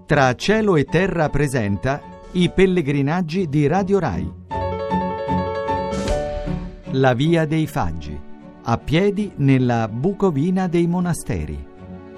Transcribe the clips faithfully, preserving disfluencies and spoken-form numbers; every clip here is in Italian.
Tra cielo e terra presenta i pellegrinaggi di Radio Rai. La via dei Faggi, a piedi nella Bucovina dei monasteri.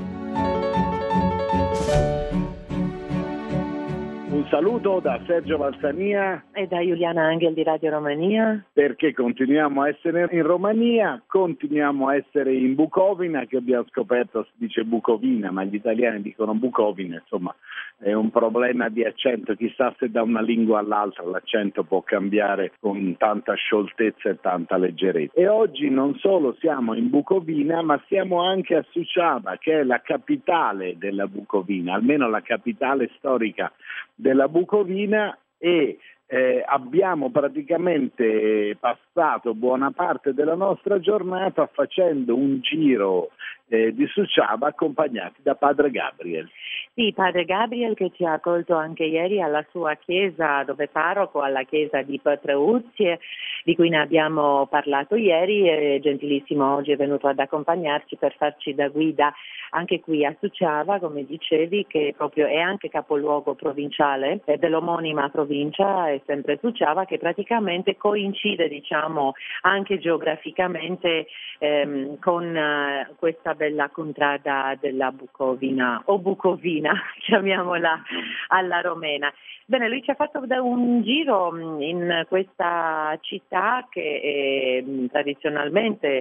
Un saluto da Sergio Valsania e da Giuliana Angel di Radio Romania. Perché continuiamo a essere in Romania, continuiamo a essere in Bucovina, che abbiamo scoperto si dice Bucovina, ma gli italiani dicono Bucovina, insomma è un problema di accento, chissà se da una lingua all'altra l'accento può cambiare con tanta scioltezza e tanta leggerezza. E oggi non solo siamo in Bucovina, ma siamo anche a Suceava, che è la capitale della Bucovina, almeno la capitale storica della Bucovina, e eh, abbiamo praticamente passato buona parte della nostra giornata facendo un giro eh, di Suceava accompagnati da Padre Gabriel. Sì, Padre Gabriel che ci ha accolto anche ieri alla sua chiesa, dove parroco, alla chiesa di Pătrăuți, di cui ne abbiamo parlato ieri, e gentilissimo oggi è venuto ad accompagnarci per farci da guida anche qui a Suceava, come dicevi, che proprio è anche capoluogo provinciale dell'omonima provincia, è sempre Suceava, che praticamente coincide, diciamo, anche geograficamente ehm, con uh, questa bella contrada della Bucovina, o Bucovina, chiamiamola alla romena. Bene, lui ci ha fatto un giro in questa città che è tradizionalmente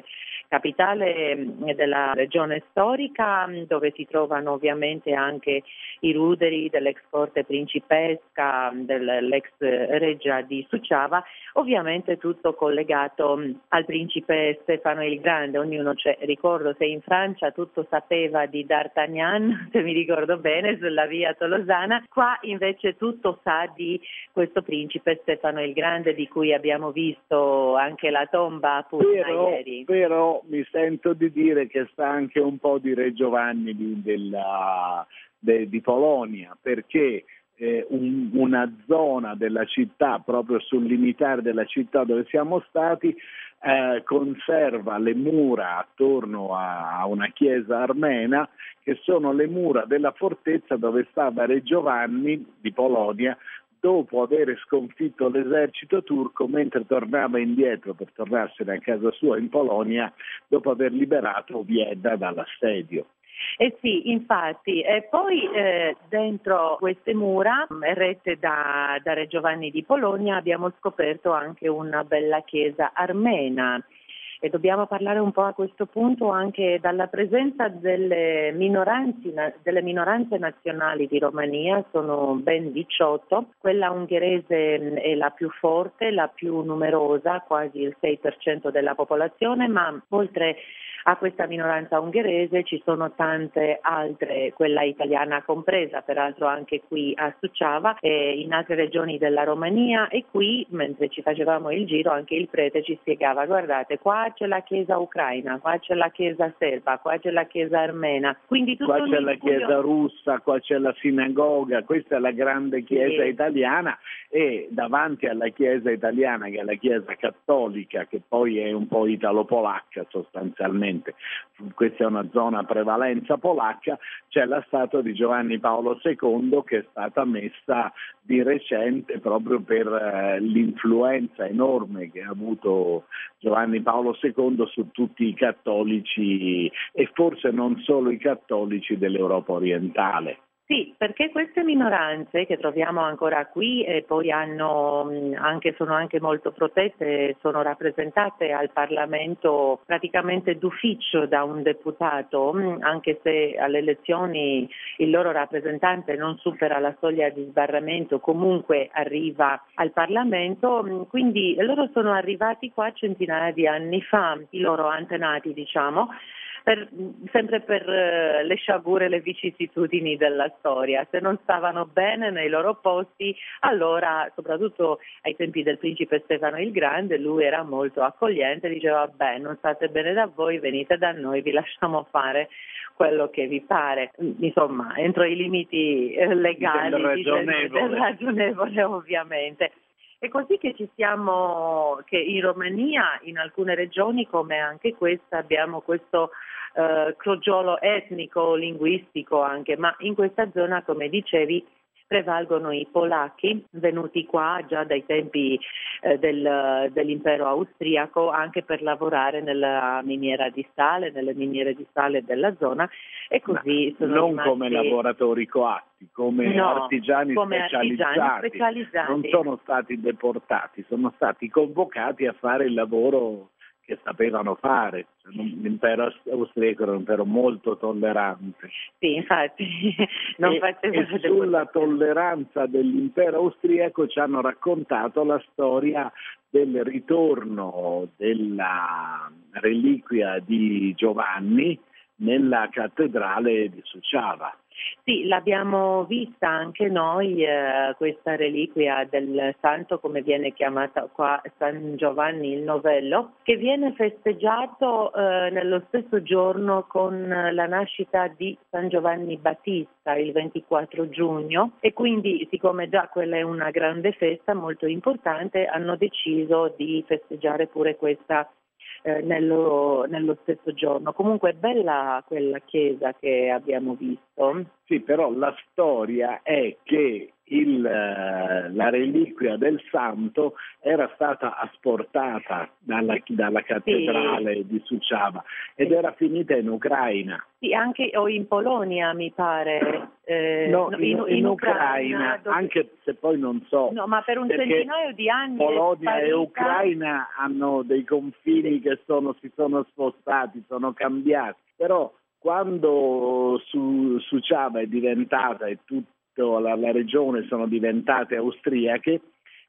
capitale della regione storica, dove si trovano ovviamente anche i ruderi dell'ex corte principesca, dell'ex reggia di Suceava, ovviamente tutto collegato al principe Stefano il Grande. Ognuno c'è, ricordo, se in Francia tutto sapeva di D'Artagnan, se mi ricordo bene, sulla via Tolosana, qua invece tutto sa di questo principe Stefano il Grande, di cui abbiamo visto anche la tomba a Pugna però, ieri. Però mi sento di dire che sta anche un po' di Re Giovanni di, della, de, di Polonia, perché eh, un, una zona della città, proprio sul limitare della città dove siamo stati, eh, conserva le mura attorno a, a una chiesa armena, che sono le mura della fortezza dove stava Re Giovanni di Polonia dopo aver sconfitto l'esercito turco, mentre tornava indietro per tornarsene a casa sua in Polonia dopo aver liberato Viedda dall'assedio. Eh sì, infatti, e poi eh, dentro queste mura erette da, da Re Giovanni di Polonia abbiamo scoperto anche una bella chiesa armena. E dobbiamo parlare un po' a questo punto anche dalla presenza delle minoranze, delle minoranze nazionali di Romania, sono ben diciotto, quella ungherese è la più forte, la più numerosa, quasi il sei per cento della popolazione, ma oltre a questa minoranza ungherese ci sono tante altre, quella italiana compresa, peraltro anche qui a Suceava e in altre regioni della Romania, e qui mentre ci facevamo il giro anche il prete ci spiegava: guardate, qua c'è la chiesa ucraina, qua c'è la chiesa serba, qua c'è la chiesa armena, quindi tutto qua c'è la curio... chiesa russa, qua c'è la sinagoga, questa è la grande chiesa sì. italiana, e davanti alla chiesa italiana, che è la chiesa cattolica, che poi è un po' italo-polacca sostanzialmente, questa è una zona a prevalenza polacca, c'è la statua di Giovanni Paolo secondo, che è stata messa di recente proprio per eh, l'influenza enorme che ha avuto Giovanni Paolo secondo su tutti i cattolici, e forse non solo i cattolici, dell'Europa orientale. Sì, perché queste minoranze che troviamo ancora qui e poi hanno anche, sono anche molto protette, sono rappresentate al Parlamento praticamente d'ufficio da un deputato, anche se alle elezioni il loro rappresentante non supera la soglia di sbarramento, comunque arriva al Parlamento, quindi loro sono arrivati qua centinaia di anni fa, i loro antenati, diciamo, Per, sempre per uh, le sciagure, le vicissitudini della storia. Se non stavano bene nei loro posti, allora, soprattutto ai tempi del principe Stefano il Grande, lui era molto accogliente, diceva: vabbè, non state bene da voi, venite da noi, vi lasciamo fare quello che vi pare, insomma, entro i limiti eh, legali, del ragionevole. del ragionevole ovviamente. È così che ci siamo, che in Romania, in alcune regioni come anche questa, abbiamo questo eh, crogiolo etnico, linguistico anche, ma in questa zona, come dicevi, prevalgono i polacchi venuti qua già dai tempi eh, del, dell'impero austriaco anche per lavorare nella miniera di sale, nelle miniere di sale della zona, e così Ma sono non rimasti... come lavoratori coatti, come no, artigiani come specializzati. artigiani specializzati. Non sono stati deportati, sono stati convocati a fare il lavoro che sapevano fare. L'impero austriaco era un impero molto tollerante. Sì, infatti non e, faceva e sulla tolleranza dell'impero austriaco ci hanno raccontato la storia del ritorno della reliquia di Giovanni nella cattedrale di Suceava. Sì, l'abbiamo vista anche noi, eh, questa reliquia del santo, come viene chiamata qua, San Giovanni il Novello, che viene festeggiato eh, nello stesso giorno con la nascita di San Giovanni Battista, il ventiquattro giugno, e quindi, siccome già quella è una grande festa molto importante, hanno deciso di festeggiare pure questa Eh, nello, nello stesso giorno. Comunque è bella quella chiesa che abbiamo visto. Sì, però la storia è che il, la reliquia del santo era stata asportata dalla, dalla cattedrale sì. di Suceava ed sì. era finita in Ucraina. Sì, anche o in Polonia mi pare. Eh, no, in, in, in, in Ucraina, Ucraina dove... anche se poi non so. No, ma per un centinaio di anni Polonia e Ucraina hanno dei confini sì. che sono, si sono spostati, sono cambiati. Però quando su, Suceava è diventata e tutta la, la regione sono diventate austriache,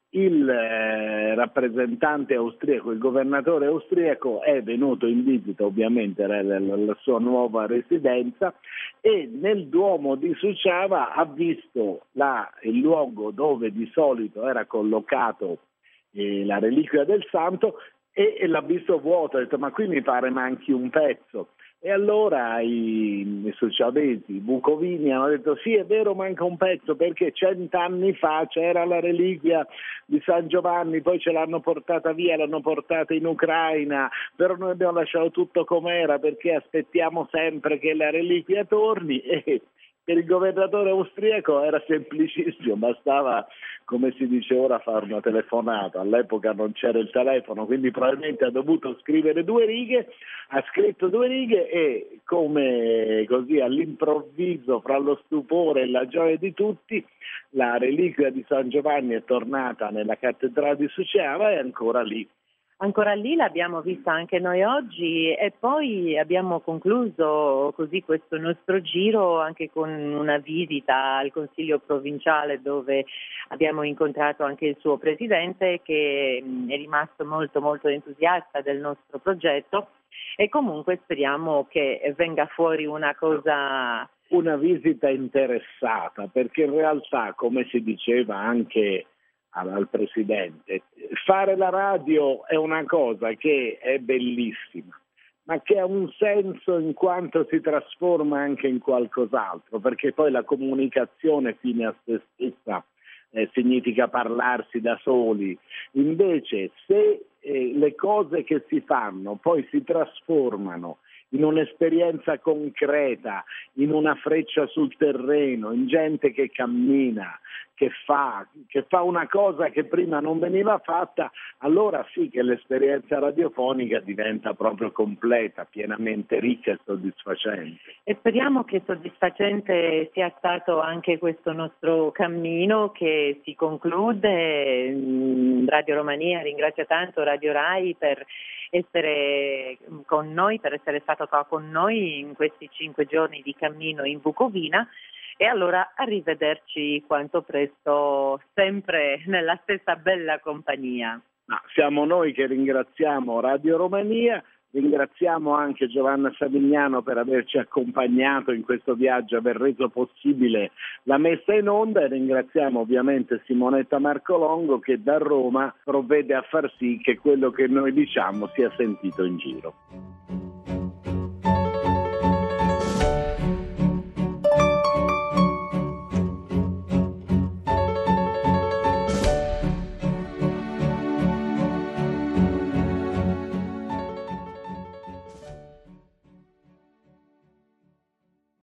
il eh, rappresentante austriaco, il governatore austriaco è venuto in visita, ovviamente era la, la, la sua nuova residenza, e nel Duomo di Suceava ha visto la, il luogo dove di solito era collocato eh, la reliquia del santo e, e l'ha visto vuoto, ha detto ma qui mi pare manchi un pezzo. E allora i, i suceavesi, i bucovini hanno detto sì, è vero, manca un pezzo perché cent'anni fa c'era la reliquia di San Giovanni, poi ce l'hanno portata via, l'hanno portata in Ucraina, però noi abbiamo lasciato tutto com'era perché aspettiamo sempre che la reliquia torni. E per il governatore austriaco era semplicissimo, bastava, come si dice ora, fare una telefonata. All'epoca non c'era il telefono, quindi probabilmente ha dovuto scrivere due righe, ha scritto due righe e come così all'improvviso, fra lo stupore e la gioia di tutti, la reliquia di San Giovanni è tornata nella cattedrale di Suceava e è ancora lì. Ancora lì l'abbiamo vista anche noi oggi e poi abbiamo concluso così questo nostro giro anche con una visita al Consiglio provinciale dove abbiamo incontrato anche il suo presidente che è rimasto molto molto entusiasta del nostro progetto e comunque speriamo che venga fuori una cosa... Una visita interessata, perché in realtà, come si diceva anche al presidente, fare la radio è una cosa che è bellissima, ma che ha un senso in quanto si trasforma anche in qualcos'altro, perché poi la comunicazione fine a se stessa eh, significa parlarsi da soli. Invece se eh, le cose che si fanno poi si trasformano in un'esperienza concreta, in una freccia sul terreno, in gente che cammina, che fa, che fa una cosa che prima non veniva fatta, allora sì che l'esperienza radiofonica diventa proprio completa, pienamente ricca e soddisfacente. E speriamo che soddisfacente sia stato anche questo nostro cammino che si conclude. Radio Romania ringrazia tanto Radio Rai per essere con noi, per essere stato qua con noi in questi cinque giorni di cammino in Bucovina. E allora arrivederci quanto presto, sempre nella stessa bella compagnia. No, siamo noi che ringraziamo Radio Romania, ringraziamo anche Giovanna Savignano per averci accompagnato in questo viaggio, aver reso possibile la messa in onda e ringraziamo ovviamente Simonetta Marcolongo che da Roma provvede a far sì che quello che noi diciamo sia sentito in giro.